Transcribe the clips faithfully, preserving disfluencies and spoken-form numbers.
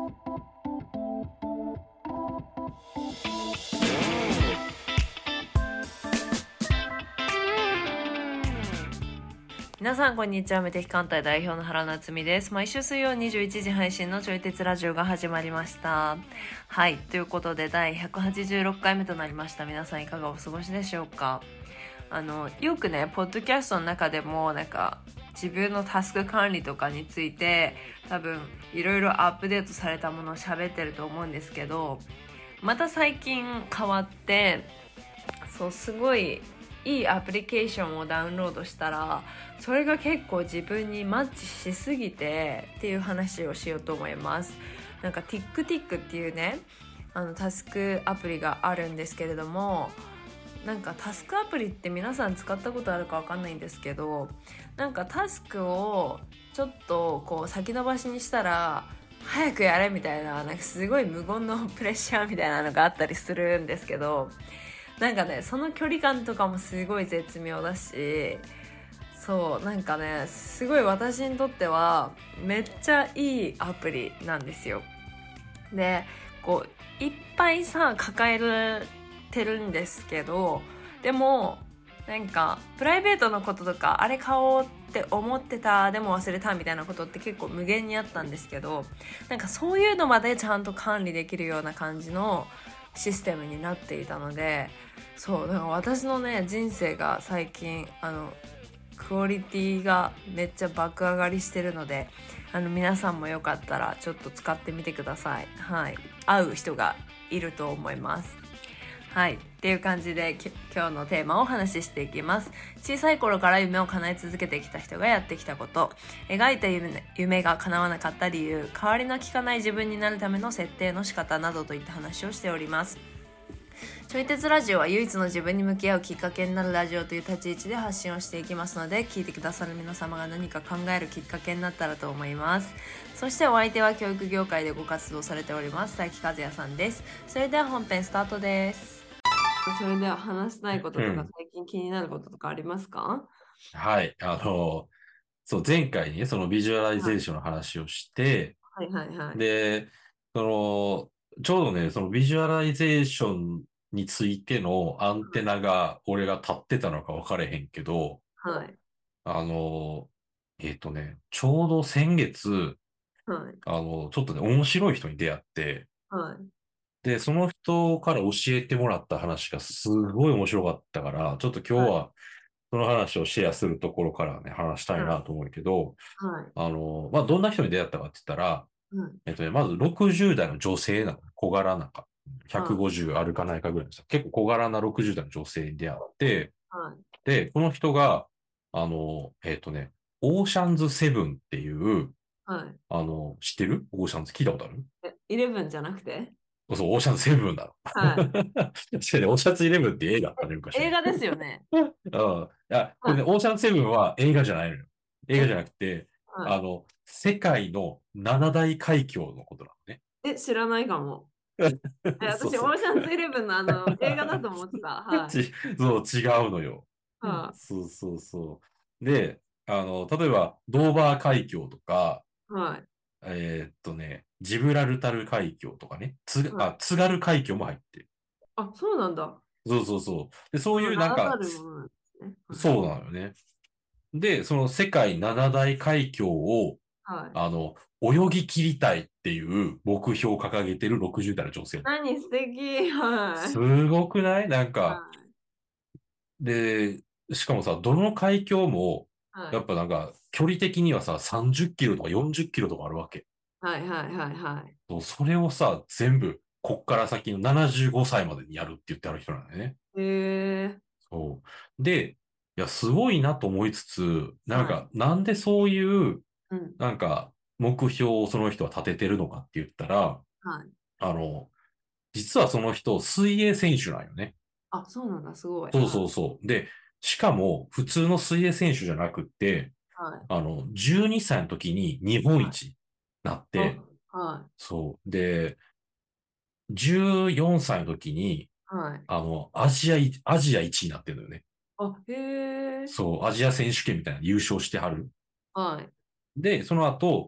皆さんこんにちは。無敵艦隊代表の原夏実です。毎週水曜にじゅういちじ配信のちょい鉄ラジオが始まりました。はい、ということでだいひゃくはちじゅうろっかいめとなりました。皆さんいかがお過ごしでしょうか。あのよくねポッドキャストの中でもなんか自分のタスク管理とかについて多分いろいろアップデートされたものを喋ってると思うんですけど、また最近変わって、そうすごいいいアプリケーションをダウンロードしたらそれが結構自分にマッチしすぎてっていう話をしようと思います。なんか TickTick っていうねあのタスクアプリがあるんですけれども、なんかタスクアプリって皆さん使ったことあるかわかんないんですけど、なんかタスクをちょっとこう先延ばしにしたら早くやれみたいな、なんかすごい無言のプレッシャーみたいなのがあったりするんですけど、なんかねその距離感とかもすごい絶妙だし、そうなんかねすごい私にとってはめっちゃいいアプリなんですよ。でこういっぱいさ抱えてるんですけど、でもなんかプライベートのこととかあれ買おうって思ってたでも忘れたみたいなことって結構無限にあったんですけど、なんかそういうのまでちゃんと管理できるような感じのシステムになっていたので、そうだから私のね人生が最近あのクオリティがめっちゃ爆上がりしてるので、あの皆さんもよかったらちょっと使ってみてください。はい、合う人がいると思います。はい、っていう感じで今日のテーマをお話ししていきます。小さい頃から夢を叶え続けてきた人がやってきたこと、描いた 夢, 夢が叶わなかった理由、代わりの利かない自分になるための設定の仕方などといった話をしております。ちょい鉄ラジオは唯一の自分に向き合うきっかけになるラジオという立ち位置で発信をしていきますので、聞いてくださる皆様が何か考えるきっかけになったらと思います。そしてお相手は教育業界でご活動されております佐伯和也さんです。それでは本編スタートです。それでは話したいこととか最近気になることとかありますか？ うん、はいあのそう前回ねそのビジュアライゼーションの話をして、 はい、はいはいはい。 でそのちょうどねそのビジュアライゼーションについてのアンテナが俺が立ってたのか分かれへんけど、 はい。 あのえっとねちょうど先月はい。 あのちょっとね面白い人に出会って、 はい。 でその人から教えてもらった話がすごい面白かったから、ちょっと今はい。 日はその話をシェアするところからね話したいなと思うけど、 はい。 あのまあどんな人に出会ったかって言ったら、 はい。 えっとね、まずろくじゅう代の女性なの。小柄なか。 はい。 ひゃくごじゅうあるかないかぐらいです。結構小柄なろくじゅう代の女性に出会って、 はい。 で、この人が、あの、えっとね、オーシャンズセブンっていう、 はい。 あの、知ってるオーシャンズ聞いたことある？ え、イレブンじゃなくて？ そう、オーシャンズセブンなの。 はい。 確かに、オーシャンズイレブンって映画あったね、昔ね。 映画ですよね。 うん。いや、これね、 はオーシャンズセブンは映画じゃないのよ。映い。え、 画じゃなくて、 はあの、世界の七大海峡のことなのね。 い。え、知らないかも。え、私、オそうそう。 ーシャンズイレブンのあの、映画だと思ってた。はい。 ち、そう、違うのよ。 はそうそうそう。で、あの、例えば、ドーバー海峡とか、 い。はい。 えーっとね、ジブラルタル海峡とかね、つ、 はい。 あ、津軽海峡も入ってる。 あ、そうなんだ。 そうそうそう。で、そうそのいうなんか、 名だたるものなんですね。はい。 そうなのよね。で、その世界七大海峡を、 はい。 あの、泳ぎ切りたいっていう目標を掲げてるろくじゅう代の女性。 何素敵。はい。 すごくないなんか、 はい。 で、しかもさ、どの海峡も、 はい。 やっぱなんか、距離的にはさ、さんじゅっキロとかよんじゅっキロとかあるわけ。 はい。はい。はい。はい。 そうそれをさ、全部、こっから先のななじゅうごさいまでにやるって言ってある人なんだよね。 へえ。 そう。で、いや、すごいなと思いつつ、なんはい。 か、なんでそういう、 うん。 なんか、目標をその人は立ててるのかって言ったら、 はい。 あの、実はその人、水泳選手なんよね。 あ、そうなんだ。すごい。 そうはそうそう。で、しかも、普通の水泳選手じゃなくって、 い。はい。 あの、じゅうにさいの時に日本はい。 一になっあ、 て、 はそう。で、じゅうよんさいの時に、 い。はい。 あの、アジアい、アジア一になってるのよね。 あ、へえ。 そう、アジア選手権みたいなの優勝してはる。 はい。 で、その後、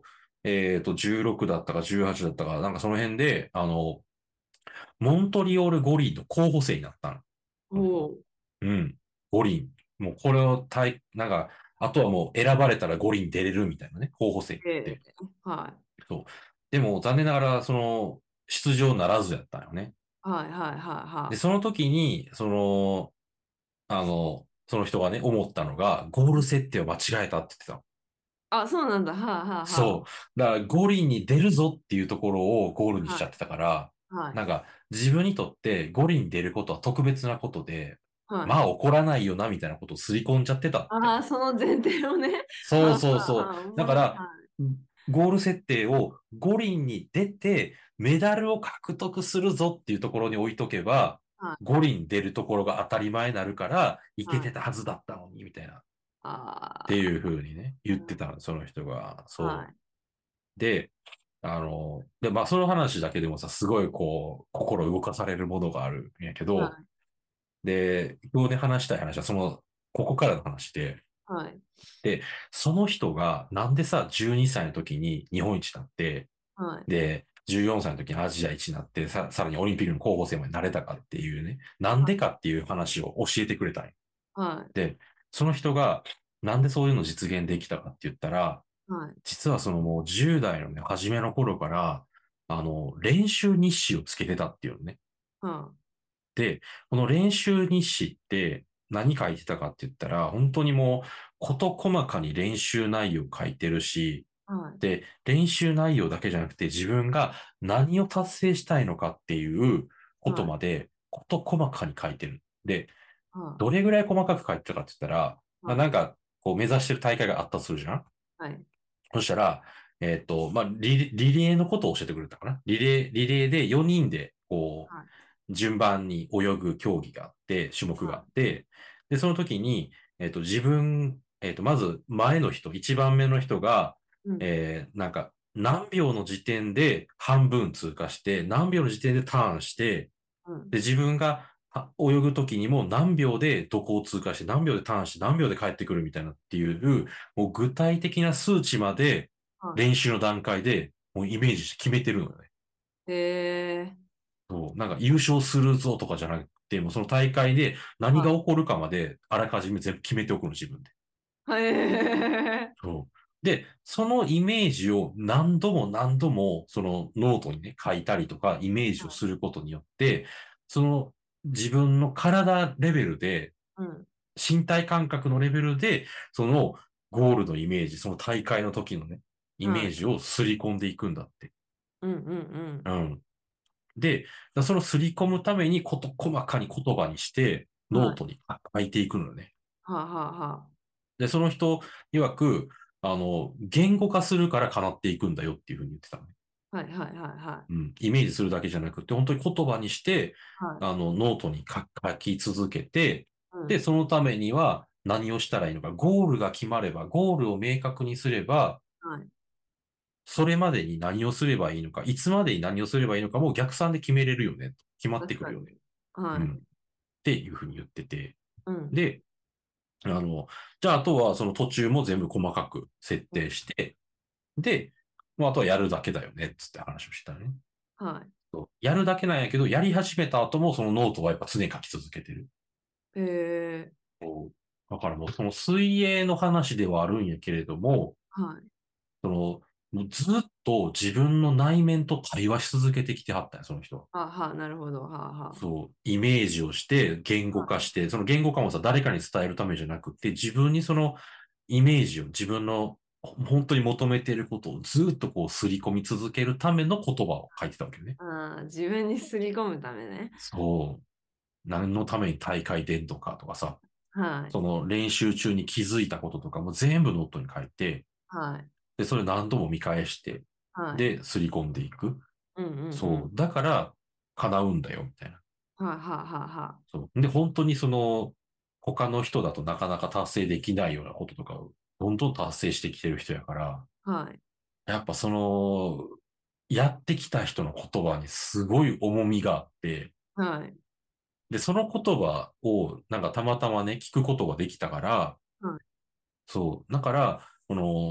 えっと、じゅうろくだったかじゅうはちだったか、なんかその辺で、あの、モントリオール五輪の候補生になったの。 おその人は。 お。 うん。五輪。もうこれを対、なんか、あとはもう選ばれたら五輪出れるみたいなね、候補生になっええ、 て。 はそう。でも残念ながら、その、出場ならずやったよね。 い。はいはいはいで、 はその時に、その、あの、その人がね、思ったのが、ゴール設定を間違えたって言ってたの。 い。あ、そうなんだ。はいはいはそう。だから五輪に出るぞっていうところをゴールい。はい。 にしちゃってたから、 はい。 なんか自分にとって五輪に出ることは特別なことで、 はい。 まあ怒らないよなみたいなことを刷り込んじゃってたって。 ああ、その前提をね。 そうはあはそうそう。 あはあ、おもろい。 だから、 はい。 ゴール設定を五輪に出てメダルを獲得するぞっていうところに置いとけば、 はい。 五輪出るところが当たり前になるから、いけはい。 てたはずだったのに、みたいな。っていうあふうにね、 あ、 言ってたの、その人が。そはい。 う。で、あの、で、まあ、その話だけでもさ、すごいこう、心動かされるものがあるんやけど、 はい。 で、今日で話したい話は、その、ここからの話で、 はい。 で、その人が、なんでさ、じゅうにさいの時に日本一になって、 はい。 で、じゅうよんさいの時にアジア一になって、さ、さらにオリンピックの候補生までなれたかっていうね、なんでかっていう話を教えてくれたんよ。 はい。 で、その人が、なんでそういうの実現できたかって言ったら、 はい。 実はそのもうじゅう代のね、初めの頃から、あの、練習日誌をつけてたっていうのね。 はで、この練習日誌って何書いてたかって言ったら、本当にもう、事細かに練習内容書いてるし、 い。はい。 で、練習内容だけじゃなくて自分が何を達成したいのかっていうことはい。 まで、事細かに書いてる。で、 はどれぐらい細かく書いてたかって言ったら、 い。 まあ、 はい。 なんか、こう目指してる大会があったとするじゃん。 はい。 そしたら、えっと、まあ、リ、リレーのことを教えてくれたかな。リレー、リレーでよにんで、こはい。 う、順番に泳ぐ競技があって、種目があはって、で、その時に、えっと、自分、えっと、まず前の人、一番目の人が、 い。うん。 えー、なんか、何秒の時点で半分通過して、何秒の時点でターンして、 うん。 で、自分がは泳ぐときにも何秒でどこを通過して、何秒でターンして、何秒で帰ってくるみたいなっていう、もう具体的な数値までは練習の段階でもうイメージして決めてるのよね。 い。へえ。 そう、なんか優勝するぞとかじゃなくて、もうその大会で何がは起こるかまであらかじめ全部決めておくの、自分で。 い。へえ。 そう。で、そのイメージを何度も何度も、そのノートにね、書いたりとか、イメージをはい。 することによって、その自分の体レベルで、 うん。 身体感覚のレベルで、そのゴールのイメージ、その大会の時のね、イメはい。 ージを刷り込んでいくんだって。 うんうんうん。 うん。で、その刷り込むためにこと細かに言葉にして、ノーはい。 トに書いていくのよね。 はあはあはで、その人曰く、あの、言語化するから叶っていくんだよっていうふうに言ってたのね。 あ。はいはいはいはうん。イメージするだけじゃなくて、本当に言葉にして、 い。はい。 あの、ノートに書書き続けて、で、 うん。 そのためには何をしたらいいのか、ゴールが決まれば、ゴールを明確にすれば、 はい。 それまでに何をすればいいのか、いつまでに何をすればいいのかも逆算で決めれるよね。決まって確かに。 くるよね。うん。っはい。 ていうふうに言ってて。 うん。 で、あの、じゃああとはその途中も全部細かく設うん。 定して、で、もうあとはやるだけだよね、つって話をしたね。 はい。 そうやるだけなんやけど、やり始めた後もそのノートはやっぱ常に書き続けてる。 へえ。 そうだからもうその水泳の話ではあるんやけれども、 はい。 その、もうずっと自分の内面と対話し続けてきてはったんや、その人は。 はあはあ、なるほど。はあはそう、イメージをして言あ。は語化して、その言語化もさ、誰かに伝えるためじゃなくて、自分にそのイメージを自分の本当に求めていることをずっとこう刷り込み続けるための言葉を書いてたわけよね。 い。ああ、自分にすり込むためね。 そう。何のために大会出んとかとかさ、 はい。 その練習中に気づいたこととかも全部ノートに書いて、 はい。 で、それ何度も見返して、 はい。 で、刷り込んでいく。 うんうんうん。 そう。だから、叶うんだよ、みたいな。 はいはいはいはそう。で、本当にその、他の人だとなかなか達成できないようなこととかを、どんどん達成してきてる人やから、 い。はい。 やっぱその、やってきた人の言葉にすごい重みがあって、 はい。 で、その言葉をなんかたまたまね、聞くことができたから、 はい。 そう。だから、この、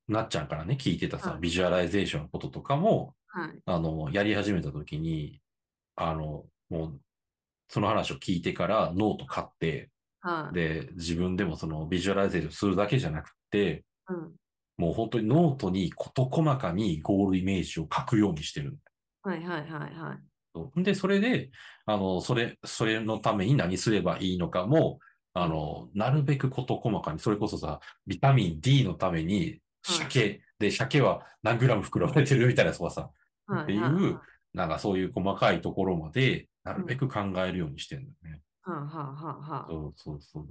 なっちゃんからね、聞いてたさ、 はい。 ビジュアライゼーションのこととかも、 はい。 あの、やり始めた時に、あの、もう、その話を聞いてからノート買って、 はい。 で、自分でもそのビジュアライゼーションするだけじゃなくて、 うん。 もう本当にノートに事細かにゴールイメージを書くようにしてる。 はいはいはいはい。 で、それで、あの、それ、それのために何すればいいのかも、 うん。 あの、なるべく事細かに、それこそさ、ビタミン ディー のために、 はい。 鮭で、鮭は何グラム含まれてるみたいな、そこさ、ってはいはいいう、 はなんかそういう細かいところまで、ない。うん。 るべく考えるようにしてるんだよね。 はあはあはあはそうそうそう。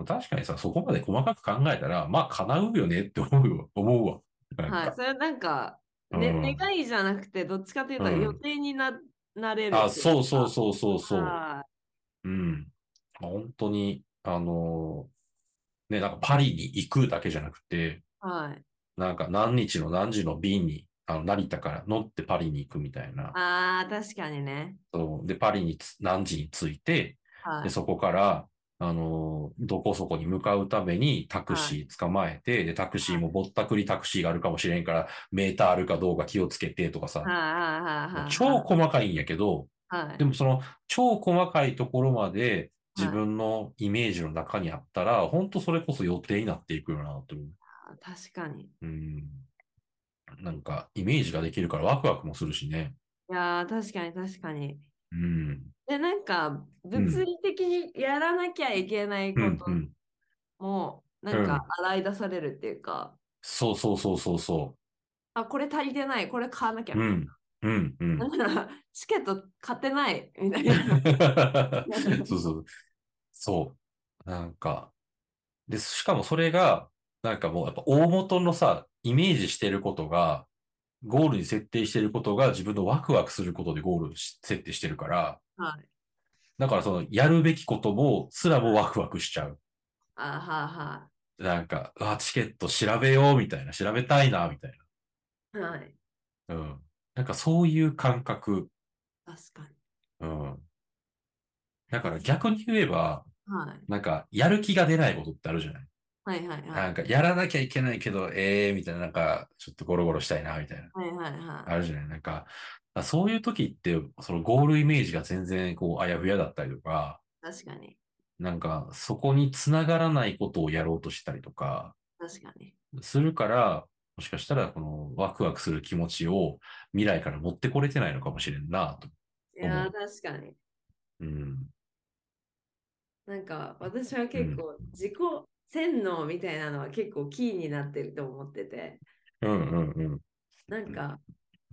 確かにさ、そこまで細かく考えたら、まあ、叶うよねって思うよ、思うわ。なあ。はい。 んか。 それなんか、 うね、 ん。 願いじゃなくて、どっちかというと予うん。 定にな、なれるあ、 っていうそうそうか。 そうそうそはう。うん。まあ本当に、あのーね、なんかパリに行くだけじゃなくて、 い。はい。 なんか何日の何時の便に、あの、成田から乗ってパリに行くみたいな。 ああ、確かにね。 そう。で、パリにつ何時に着いて、で、 はい。 そこから、あのーどこそこに向かうためにタクはい。 シー捕まえて、で、タクシーはい。 もぼったくりタクシーがあるかもしれんから、メーターあるかどうか気をつけてとかさ、 はいはいはいもうはい超はい。 細かいんやけど、 はい。 でもその超細かいところまで自はい。 分のイメージの中にあったら、本当それこそ予定になっていくよなと思う。 あ、確かに。 うん。なんか、イメージができるからワクワクもするしね。 いやー、確かに確かに。 うん。 で、なんか、 うん。 物理的にやらなきゃいけないうん。うことん。 も、なんか、 うん。 洗い出されるっていうか、 そうそうそうそうそあ、これ足りてない、これ買わなきゃう。 みたいうん。うん。うな。 ん。 なんなら、チケット買ってないみたいな。 そうそう。そう。なんか、で、しかもそれが、なんかもうやっぱ大元のさ、イメージしてることが、ゴールに設定してることが自分のワクワクすることでゴールし設定してるから、 はい。 だからそのやるべきことも、すらもワクワクしちゃう。 あはは。 なんか、うわ、チケット調べようみたいな、調べたいな、みたいはい。 な。うん。なんかそういう感覚。 確かに。 うん。だから逆に言えば、 はい。 なんか、やる気が出ないことってあるじゃない。 はいはいはい。 なんか、やらなきゃいけないけど、ええー、みたいな、なんか、ちょっとゴロゴロしたいな、みたいな。 はいはいはあるじゃない。なんか、そういう時って、そのゴールイメージが全然、こう、あやふやだったりとか、 い。確かに。 なんか、そこに繋がらないことをやろうとしたりとか、 確かに。 するから、もしかしたら、このワクワクする気持ちを未来から持ってこれてないのかもしれんな、といやー、 思確かに。 う。うん。 なんか、私はうん。 結構、自己洗脳みたいなのは結構キーになってると思ってて、 うん、うん、うん。 なんか、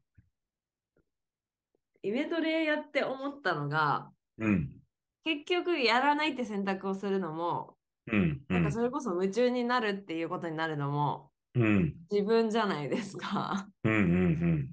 イメトレやって思ったのが、 うん、 結局やらないって選択をするのも、 うん、うなんかそん、 れこそ夢中になるっていうことになるのもうん、 自分じゃないですか。 うん、うん、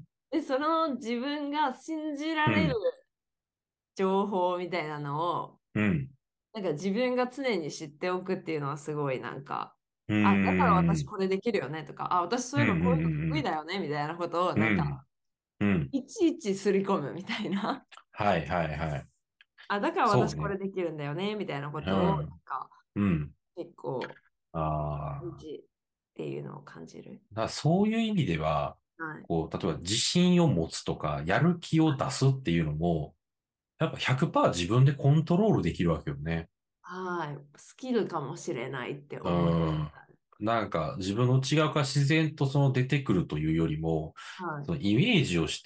で、その自分が信じられるうん、 情報みたいなのを、 うん、 なんか自分が常に知っておくっていうのはすごいなんか、 うあ、だから私ん、 これできるよねとか、あ、私そううん、 いうのこういうのうん、 得意だよねみたいなことをうん、 なんか、 うん、うん。 いちいちすり込むみたいな。 はい、はい、はい。 あ、だからそうね。 私これできるんだよねみたいなことを、なんうん、 かうん。 結構、 ああ。 大事っていうのを感じる。 だからそういう意味では、 はい。 こう、例えば自信を持つとか、やる気を出すっていうのも、やっぱひゃくパーセント自分でコントロールできるわけよね。 はい。スキルかもしれないってう思う。 ん。なんか自分の内側から自然とその出てくるというよりも、 はい。 そのイメージをして、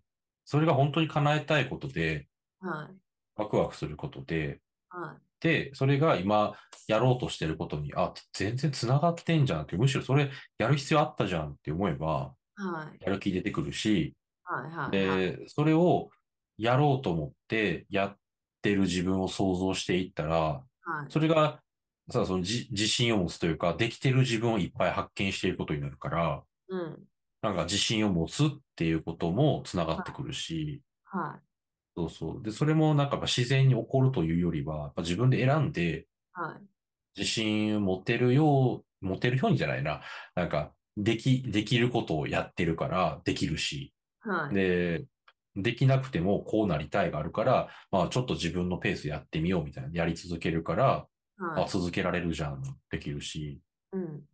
それが本当に叶えたいことで、 はい。 ワクワクすることで、 はい。 で、それが今やろうとしてることに、あ、全然繋がってんじゃんって、むしろそれやる必要あったじゃんって思えば、 はい。 やる気出てくるし、 はい。はい。はで、それをやろうと思ってやってる自分を想像していったら、そい。 れが、さ、その自、自信を持つというか、できてる自分をいっぱい発見していることになるから、 うん。 なんか自信を持つっていうこともつながはい。 ってくるし、 はい。 そうそう。で、それもなんかやっぱ自然に起こるというよりは、やっぱ自分で選んで、 はい。 自信を持てるよう、持てるようにじゃないな。なんか、でき、できることをやってるからできるし、 はい。 で、できなくてもこうなりたいがあるから、まあちょっと自分のペースやってみようみたいな、やり続けるから、あ、 はい。 続けられるじゃん、できるし、 うん。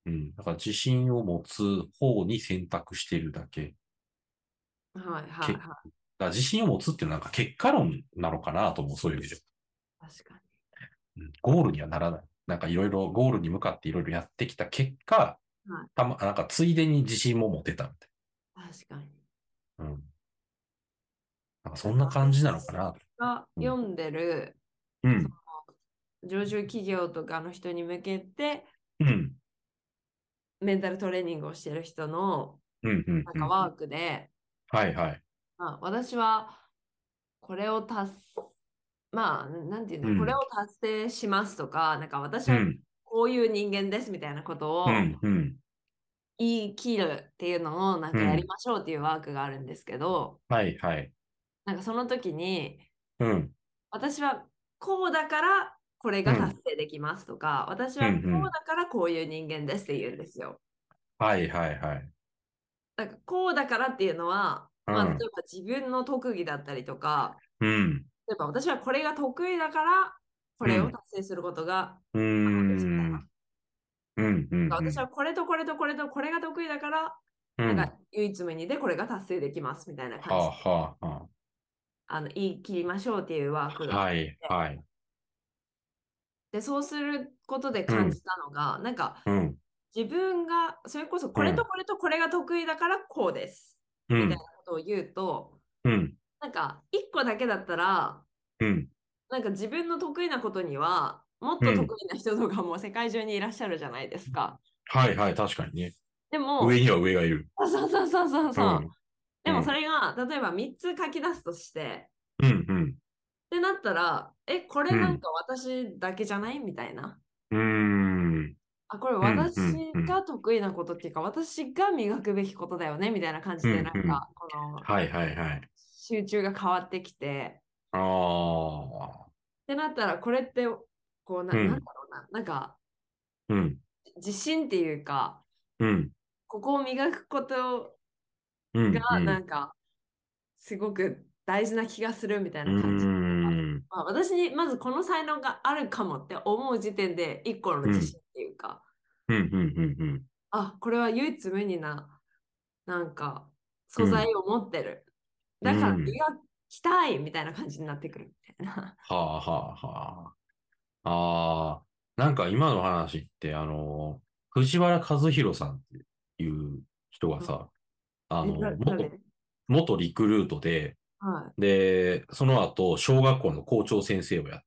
うん。だから自信を持つ方に選択してるだけ。 はいはいけ、だかはら自信を持つっていうのはなんか結果論なのかなと思う、そういう意味で。 い。確かうん、ゴールにはならない。なんかいろいろ、ゴールに向かっていろいろやってきた結果、 に。はい。 たま、なんかついでに自信も持てたみたい確かに。 な。うん。なんかそなんかんな感じなのか私な。 がうん。 読んでる、そうん。 の上場企業とかの人に向けて、 うん。 メンタルトレーニングをしてる人の、 うん。うん。うん。 なんかワークで、 はいはい。 まあ、私はこれを達まあ、なんていうんだろう、これうん。 を達成しますとか、なんか私はうん。 こういう人間ですみたいなことをうん。うん。 言い切るっていうのをなんかやりうん。 ましょうっていうワークがあるんですけど、 はいはい。 なんかその時にうん。 私はこうだからこれがうん。 達成できますとか、私うん。 はこうん。 うだからこういう人間ですって言うんですよ。 はいはいはい。 なんかこうだからっていうのは、まあ、例えうん。 ば自分の特技だったりとか、 うん。 例えば私はこれが得意だからこれをうん。 達成することがうー可能ですみたいな。 ん。うん。うん。うん。 私はこれとこれとこれとこれが得意だから、なんかうん。 唯一無二でこれが達成できますみたいな感はあじで、 はあはあの言い切りましょうっていうワークあ。 があっはいて、 はい。 で、そうすることでうん。 感じたのが、なんかうん。 自分が、それこそこれとうん。 これとこれが得意だからこうです。みたいなうん。 ことを言うと、 うん。 なんか一個だけだったら、 うん。 なんか自分の得意なことには、もっと得うん。 意な人とかも世界中にいらっしゃるじゃないですか。 はいはい。確かにね。 でも、 上には上がいる。 そうそうそうそうそう。 うん。 でもそうん。 れが、例えばみっつ書き出すとして、 うん。うん。 ってなったら、え、これうん。 なんか私だけじゃないみたいな。 うーん。 あ、これうん。う私ん。うん。 が得意なことっていうか、私が磨くべきことだよねみたいな感じで、 うん。うん。 なんか、このはいはいはい。 集中が変わってきて、 ああ。 ってなったら、これって、こうな、なんだうん。 ろうな、なんか、 うん。 自信っていうか、 うん。 ここを磨くことうん。うが、なん。 んか、すごく大事な気がするみたいうーな感じ。 ん。 まあ、私にまずこの才能があるかもって思う時点で一個のうん。 自信っていうか、 うん。うん。うん。 あ、これは唯一無二な、なんか、素材うん。 を持ってる。 うだからん。 磨きたいみたいな感じになってくるみたいな。 はあはあはあ。ああ。なんか今の話って、あの、藤原和弘さんっていう人がさ、あえ、 の、 だ、 元、 誰？ 元リクルートで、 はい。 で、その後、小学校の校長先生をやって、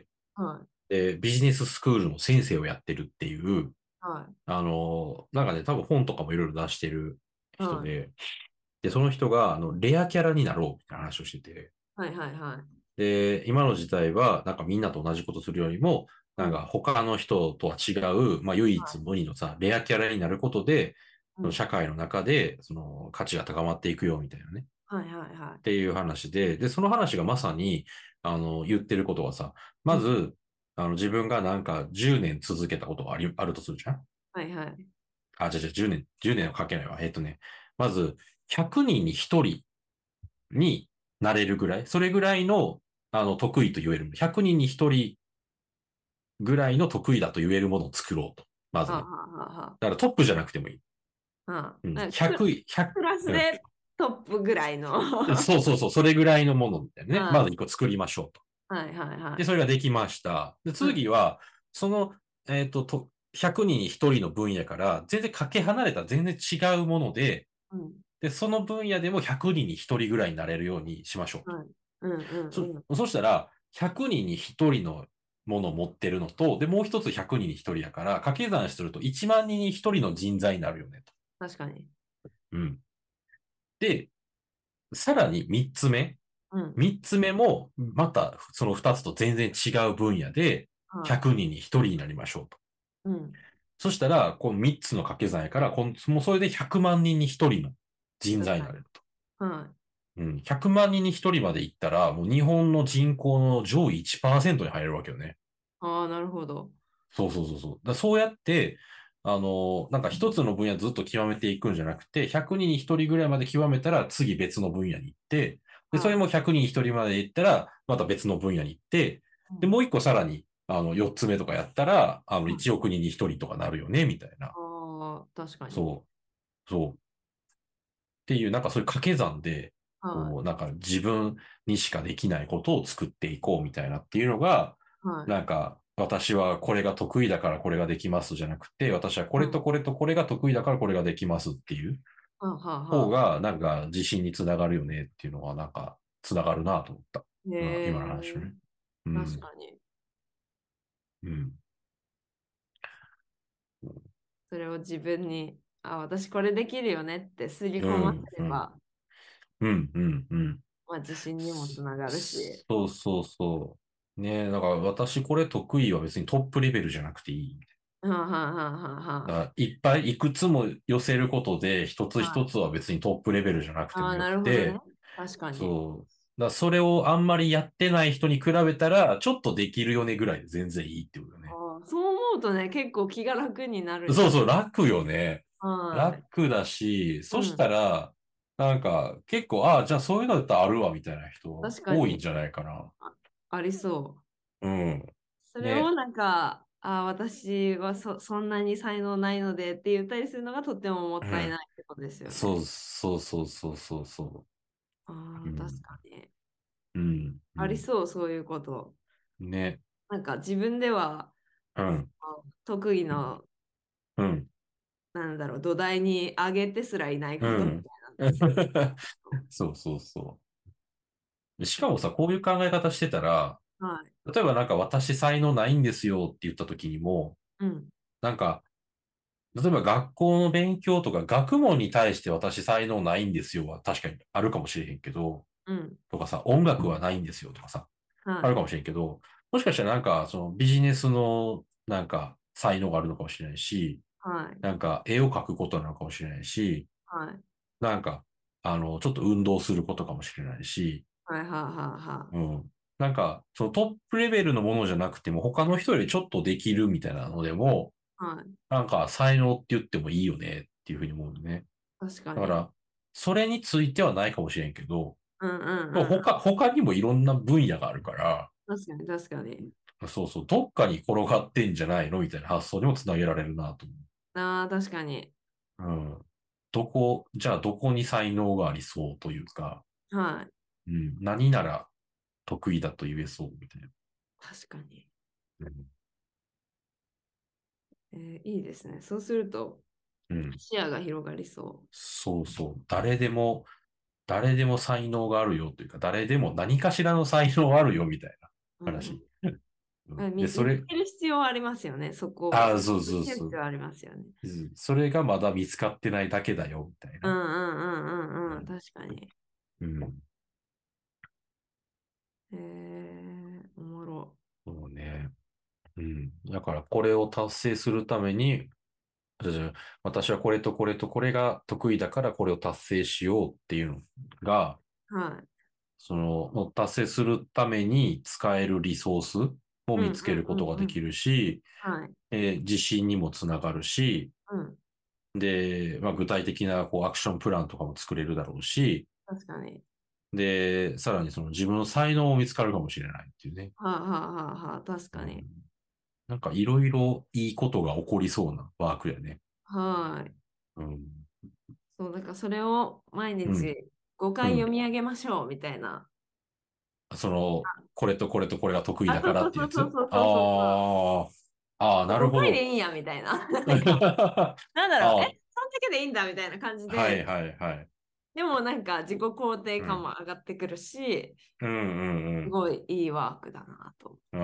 はい。 で、ビジネススクールの先生をやってるっていう、 はい。 あの、なんかね、多分本とかもいろいろ出してる人はい。 で、で、その人が、あの、レアキャラになろうみたいな話をしてて、 はい。はい。はい。 で、今の時代は、なんかみんなと同じことするよりも、 うん。 なんか他の人とは違う、まあ唯一はい。 無二のさ、レアキャラになることで、 うん。 その社会の中で、その価値が高まっていくよみたいなね。 はい。はい。はっていう話で、で、その話がまさに、あの、言ってることはさ、 い。うん。 まず、あの、自分がなんかじゅうねん続けたことがあり、あるとするじゃん。 はい。はい。 あ、じゃじゃじゅうねん、じゅうねんはかけないわ。えっとね、まず、ひゃくにんにひとりになれるぐらい、それぐらいの、あの、得意と言える。ひゃくにんにひとりぐらいの得意だと言えるものを作ろうと。まずはあ、 ね。 はあ、はあ、はだからトップじゃなくてもいい。 あ。はあ。 うん。 なんかク、 ひゃく、ひゃく、 クラスでトップぐらいの。 うん。 はそうそうそう、それぐらいのものみたいなね。まずい。 一個作りましょうと。 はい。はい。はで、 い。 それができました。で、 うん。 次は、その、えっと、と、ひゃくにんにひとりの分野から全然かけ離れた全然違うもので、 うん。 で、その分野でもひゃくにんにひとりぐらいになれるようにしましょうと。 はい。うん。うん。うん。 そ、そしたら、ひゃくにんにひとりのものを持ってるのと、で、もう一つひゃくにんにひとりだから、掛け算するといちまん人にひとりの人材になるよねと。 確かに。 うん。で、さらにみっつめ。 うん。 みっつめも、またそのふたつと全然違う分野で、 はい。 ひゃくにんにひとりになりましょうと。 うん。 そしたら、このみっつの掛け算やから、このもうそれでひゃくまん人にひとりの人確かに。 材になれると。 はい。 うん。ひゃくまん人にひとりまで行ったら、もう日本の人口の上位いちパーセントに入れるわけよね。 ああ、なるほど。 そうそうそうそう。だそうやって、あの、なんか一つの分野ずっと極めていくんじゃなくて、ひゃくにんにひとりぐらいまで極めたら次別の分野に行って、で、それはもひゃくにんにひとりまで行ったら、また別の分野に行って、 い。うで、 ん。 もう一個さらに、あの、よっつめとかやったら、あの、 はい。 いちおく人にひとりとかなるよね、みたいな。 確かに。 そう、そう。っていう、なんかそういう掛け算で、 はこう、なんか自分にしかできないことを作っていこうみたいなっていうのが、 い。はい。 なんか、私はこれが得意だからこれができますじゃなくて、私はこうん。はれとこれとこれが得意だからこれができますっていうあ、はあ、はあ。 方が、なんか自信につながるよねっていうのは、なんか、つながるなと思った。 へ今、今の話をえ、 ね。うん。 確かに。 うん。 それを自分に、あ、私これできるよねってすり込まうん。うん。 せれば、 うん。うん。うん。 まあ、自信にもつながるし。 そうそうそう。ねえ、だから私これ得意は別にトップレベルじゃなくていい。 はあ、はあ、はあ、はあ、はだからいっぱいいくつも寄せることで、一つあ。はい。 一つは別にトップレベルじゃなくてああ、 もよなるほどね。 くて、 確かに。 そう。だからそれをあんまりやってない人に比べたら、ちょっとできるよねぐらいで全然いいってことだね。 ああ、そう思うとね、結構気が楽になるよ。 そうそう、楽よね。 はい。 楽だし、そしうん。 たら、なんか結構、ああ、じゃあそういうのだったらあるわみたいな人確かに。 多いんじゃないかな。 あ、ありそう。 うん。 それをね。 なんか、あ、私はそ、そんなに才能ないのでって言ったりするのがとってももったいうん。 ないってことですよね。 そうそうそうそうそうそあう。うあ、確ん。 かに。 うん。うん。 ありそう、そういうこと。 ね。 なんか自分ではうん。 あ得意の、 うん。 なんだろう、土台に上げてすらいないことみたいうん。 なんですよ。 そうそうそう。しかもさ、こういう考え方してたら、 はい。 例えばなんか私才能ないんですよって言った時にも、 うん。 なんか、例えば学校の勉強とか学問に対して私才能ないんですよは確かにあるかもしれへんけど、 うん。 とかさ、音楽はないんですよとかさ、あはい。 るかもしれんけど、もしかしたらなんかそのビジネスのなんか才能があるのかもしれないし、 はい。 なんか絵を描くことなのかもしれないし、 はい。 なんか、あの、ちょっと運動することかもしれないし、 はい。はい。はうん。なんか、そのトップレベルのものじゃなくても、他の人よりちょっとできるみたいなのでも、 い。はい。はい。 なんか才能って言ってもいいよねっていうふうに思うよね。 確かに。 だから、それについてはないかもしれんけど、 うんうんうん。 他、他にもいろんな分野があるから、 確かに、確かに。 そうそう、どっかに転がってんじゃないのみたいな発想にもつなげられるなと思ああ、確かに。 う。うん。どこ、じゃあどこに才能がありそうというか、 はい。 うん、何なら得意だと言えそうみたいな。 確かに。 うん。 えーいいですね。そうすると、 うん。 視野が広がりそそうそう。誰でも、誰でも才能があるよというか、誰でも何かしらの才能あるよみたいなう。うん話。ううん。 ん。で、 み、 それ、 見つける必要はありますよね。そこを。 ああ、 そこそうを見つけるそうそう。 必要はありますよね。 うんそれがまだ見つかってないだけだよ、みたいな。 うんうんうんうんうん。 うん。 確かに。 うん。 えー、おもろ。 そうね。うん。だから、これを達成するために、じゃあ私はこれとこれとこれが得意だからこれを達成しようっていうのが、 はい。 その、もう達成するために使えるリソースをうんうん見つけることがうんうん。 できるし、 はい。 えー自信にもつながるし、 うん。 で、まあ、具体的なこうアクションプランとかも作れるだろうし、 確かに。 で、さらにその自分の才能も見つかるかもしれないっていうね。 はあはあはあはあ。確うん、 かに。 なんかいろいろいいことが起こりそうなワークやね。 はい。 うん。 そう、だからそれを毎うん。 日5回読うん。 み上げましょうみたいな。 その、これとこれとこれが得意あ、 だからそうそうっていうやつ。 そうそうそうそうそう。 ああ、ああ、なるほごかいでど。 いいんやみたいな。なんか、 あなんだろう、え、 あ、 そんだけでいいんだみたいな感じで、 はいはいはい。 でもなんか自己肯定うん。 感も上がってくるし、 うんうんすごいいいワークだなと。 うん。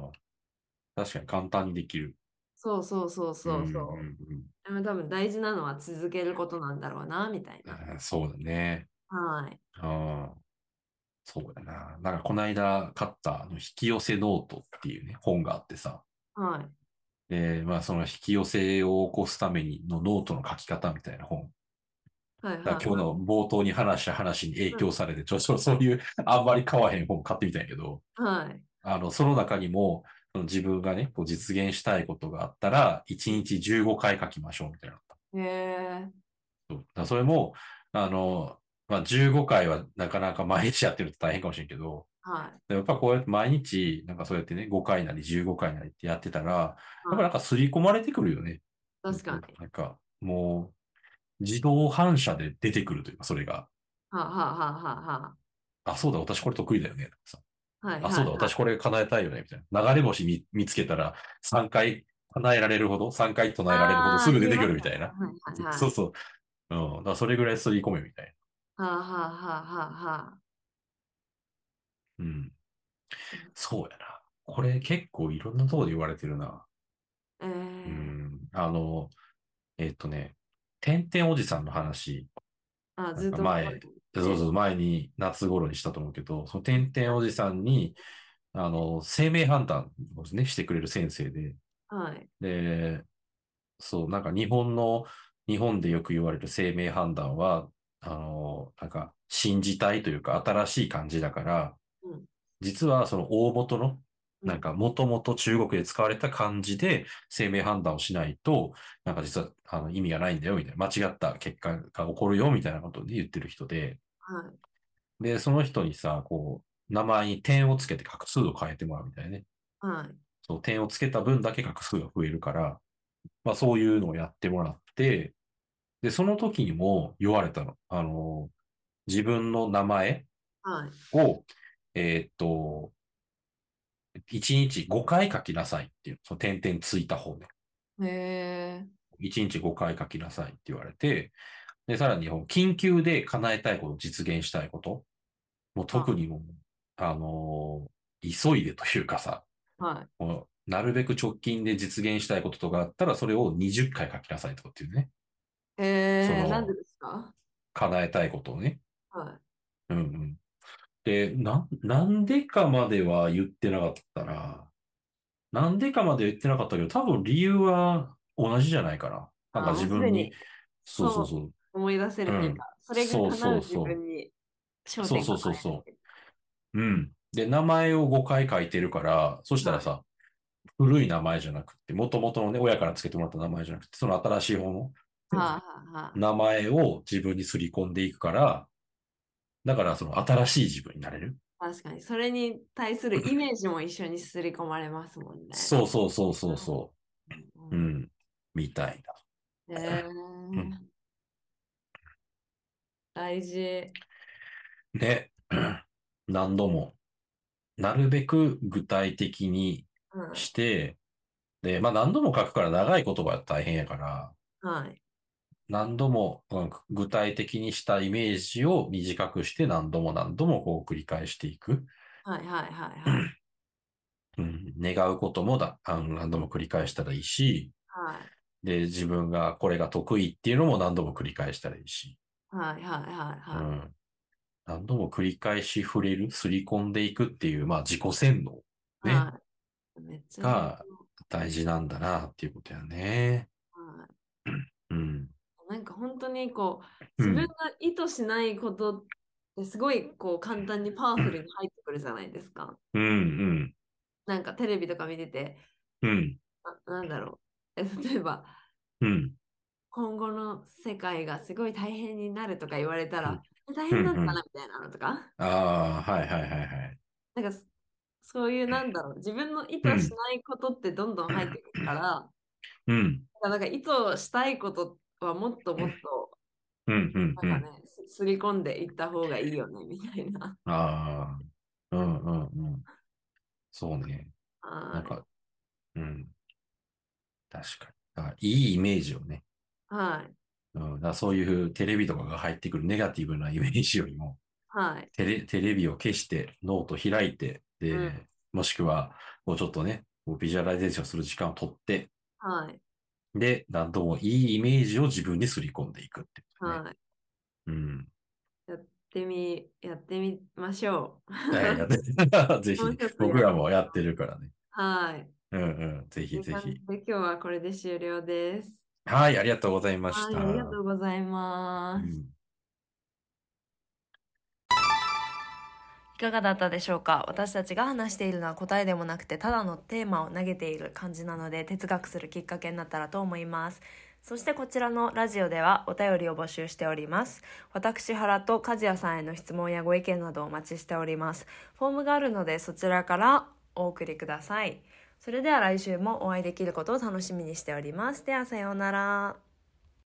ああ、確かに簡単にできる。 そうそうそううんうそうそんう。でも多分大事なのは続けることなんだろうな、みたいうん。 な。 あーそうだね。 はい。 ああ、そうだな。なんかこの間買ったあの引き寄せノートっていうね、本があってさ。 はい。 で、まあその引き寄せを起こすためにのノートの書き方みたいな本。 はいだから今日のはいはい。 冒頭に話した話に影うん。 響されて、ちょっとそういうあんまり買わへん本買ってみたんやけど、 はい。 あの、その中にも、その自分がね、こう実現したいことがあったら、いちにちじゅうごかい書きましょうみたいなのがあっへえ。 た。そうだからそれも、あの、まあ、じゅうごかいはなかなか毎日やってると大変かもしれんけど、 はい。 でもやっぱこうやって毎日、なんかそうやってね、ごかいなりじゅうごかいなりってやってたら、やっぱはい。 なんか刷り込まれてくるよね。うん確かに。 なんか、 もう自動反射で出てくるというか、それが、 はあ、はあはあはあはあ、そうだ、私これ得意だよね。さあ、はいあ、そうだ、 はいはい。 私これ叶えたいよね、みたいな。流れ星見、見つけたらさんかい叶えられるほど、さんかい唱えられるほどああ、 すぐ出てく言いますよね。 るみたいな。 はいはいはい。 そうそう。うん。だからそれぐらい刷り込めみたいはあはあはあはあはな。うん。 あ。 そうやな。これ結構いろんなところで言われてるな。 えうー、 ん。あの、えっとね、てんてんおじさんの話、 あ、 なんずっと前か前、そうで。 そう、前に夏頃にしたと思うけど、そのてんてんおじさんに、あの、生命判断をね、してくれる先生で、 はい。 で、そう、なんか日本の、日本でよく言われる生命判断は、あの、なんか、新時代というか新しい感じだから、 うん。 実はその大元の、 うん。 なんか、もともと中国で使われた漢字で生命判断をしないと、なんか実はあの意味がないんだよ、みたいな。間違った結果が起こるよ、みたいなことで言ってる人で、 はい。 で、その人にさ、こう、名前に点をつけて画数を変えてもらうみたいなね。 はい。 そう、点をつけた分だけ画数が増えるから、まあそういうのをやってもらって、で、その時にも言われたの。あの、自分の名前はい。 を、えーっと、いちにちごかい書きなさいっていう、その点々ついた方ね。 へえ。 いちにちごかい書きなさいって言われて、で、さらに、緊急で叶えたいこと、実現したいこと、もう特はにもう、あのー急いでというかさ、 はい。 もうなるべく直近で実現したいこととかあったら、それをにじゅっかい書きなさいとかっていうね。 へえ、なんでその、 ですか？ 叶えたいことをね。 はうんうん。で、な、なんでかまでは言ってなかったな。なんでかまで言ってなかったけど、多分理由は同じじゃないかな。 い。 なんかあ、も自分に、 うすでに、そそうそうそう。 う思い出せるうん。 っていうか、それがそう叶うそうそ自分にう。 焦点がそうそうそうそ当たる。 う。うん。で、名前をごかい書いてるから、そしたらはい。 さ、古い名前じゃなくて、元々のね、親からつけてもらった名前じゃなくて、その新しい方のはあ、はあ、はあ。 名前を自分にすり込んでいくから、だからその新しい自分になれる。 確かに、それに対するイメージも一緒に刷り込まれますもんね。 そうそうそうそうそうんう。ううんん。みたいへな。うん。 え、大事。 で、何度も、なるべく具体的にうん。 して、で、まあ何度も書くから長い言葉は大変やから、 はい。 何度も、うん具体的にしたイメージを短くして何度も何度もこう繰り返していく。 はいはいはいはい。 うん、願うこともだ、あの何度も繰り返したらいいし、 はい。 で、自分がこれが得意っていうのも何度も繰り返したらいいし、 はいはいはいはい。 うん、何度も繰り返し触れる、すり込んでいくっていう、まあ自己洗脳ね、 はい。めっちゃ重が大事なんだなっていうことやね。 要。はい。 うん。 なんか本当にこう、自分がうん。 意図しないことってすごいこう簡単にパワフルに入ってくるじゃないですか。 うん。うん。 なんかテレビとか見てて、 うん。 あ、なんだろう。え、例えば、 うん。 今後の世界がすごい大変になるとか言われたうん。 ら、え大うん。 変なのうん。 かなみたいなのとか。 ああ、はいはいはいはい。 なんかそういうなんだろう。自分の意うん。 図しないことってどんどん入ってくるから、 うん。 なんか意図したいことはもっともっと、 うん。うん。うん。 なんかね、すすり込んでいった方がいいよね、みたいな。 ああ、うんうんうん。そうね。なんはい。 か、うん。確かに。だからいいイメージをね。 はい。 うん。だからそういうテレビとかが入ってくるネガティブなイメージよりも、 はい。 テレ、テレビを消してノート開いて、 うん。 で、もしくは、もうちょっとね、こうビジュアライゼーションする時間をとって、 はい。 で、何度もいいイメージを自分にすり込んでいくっていうね。 はい。 うん。 やってみ、やってみましょう。 はい、やって、ぜもうひ、 一つやっ僕らもやってるからね。 はい。 うんうん、ぜというひぜひ。 感じで今日はこれで終了です。 はい、ありがとうございましはい、ありがた。 とうございます。 うん。 いかがだったでしょうか？私たちが話しているのは答えでもなくて、ただのテーマを投げている感じなので、哲学するきっかけになったらと思います。そしてこちらのラジオではお便りを募集しております。私原と和也さんへの質問やご意見などお待ちしております。フォームがあるのでそちらからお送りください。それでは来週もお会いできることを楽しみにしております。ではさようなら。